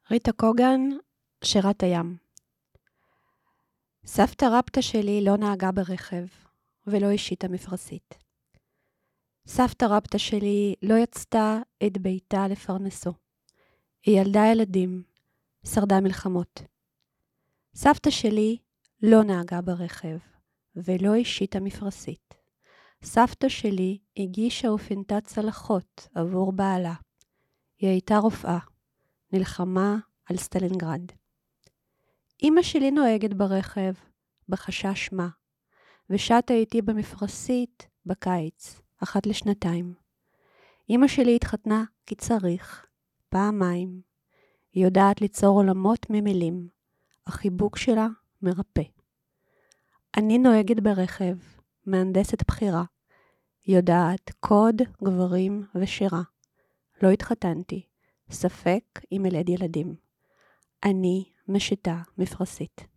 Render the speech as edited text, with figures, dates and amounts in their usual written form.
ריטה קוגן, שירת הים. סבתא רבתא שלי לא נהגה ברכב, ולא השיטה מפרשית. סבתא רבתא שלי לא יצתה את ביתה לפרנסו. היא ילדה ילדים, שרדה מלחמות. סבתא שלי לא נהגה ברכב, ולא השיטה מפרשית. סבתא שלי הגישה ופינתה צלחות עבור בעלה. היא הייתה רופאה, נלחמה על סטלינגרד. אמא שלי נוהגת ברכב, בחשש מה, ושטה איתי במפרשית בקיץ, 1 לשנתיים. אמא שלי התחתנה כי צריך, פעמיים. היא יודעת ליצור עולמות ממילים, החיבוק שלה מרפא. אני נוהגת ברכב, מהנדסת בחירה, יודעת קוד, גברים ושירה. לא התחתנתי, ספק אם ילד ילדים. אני משתה מפרשית.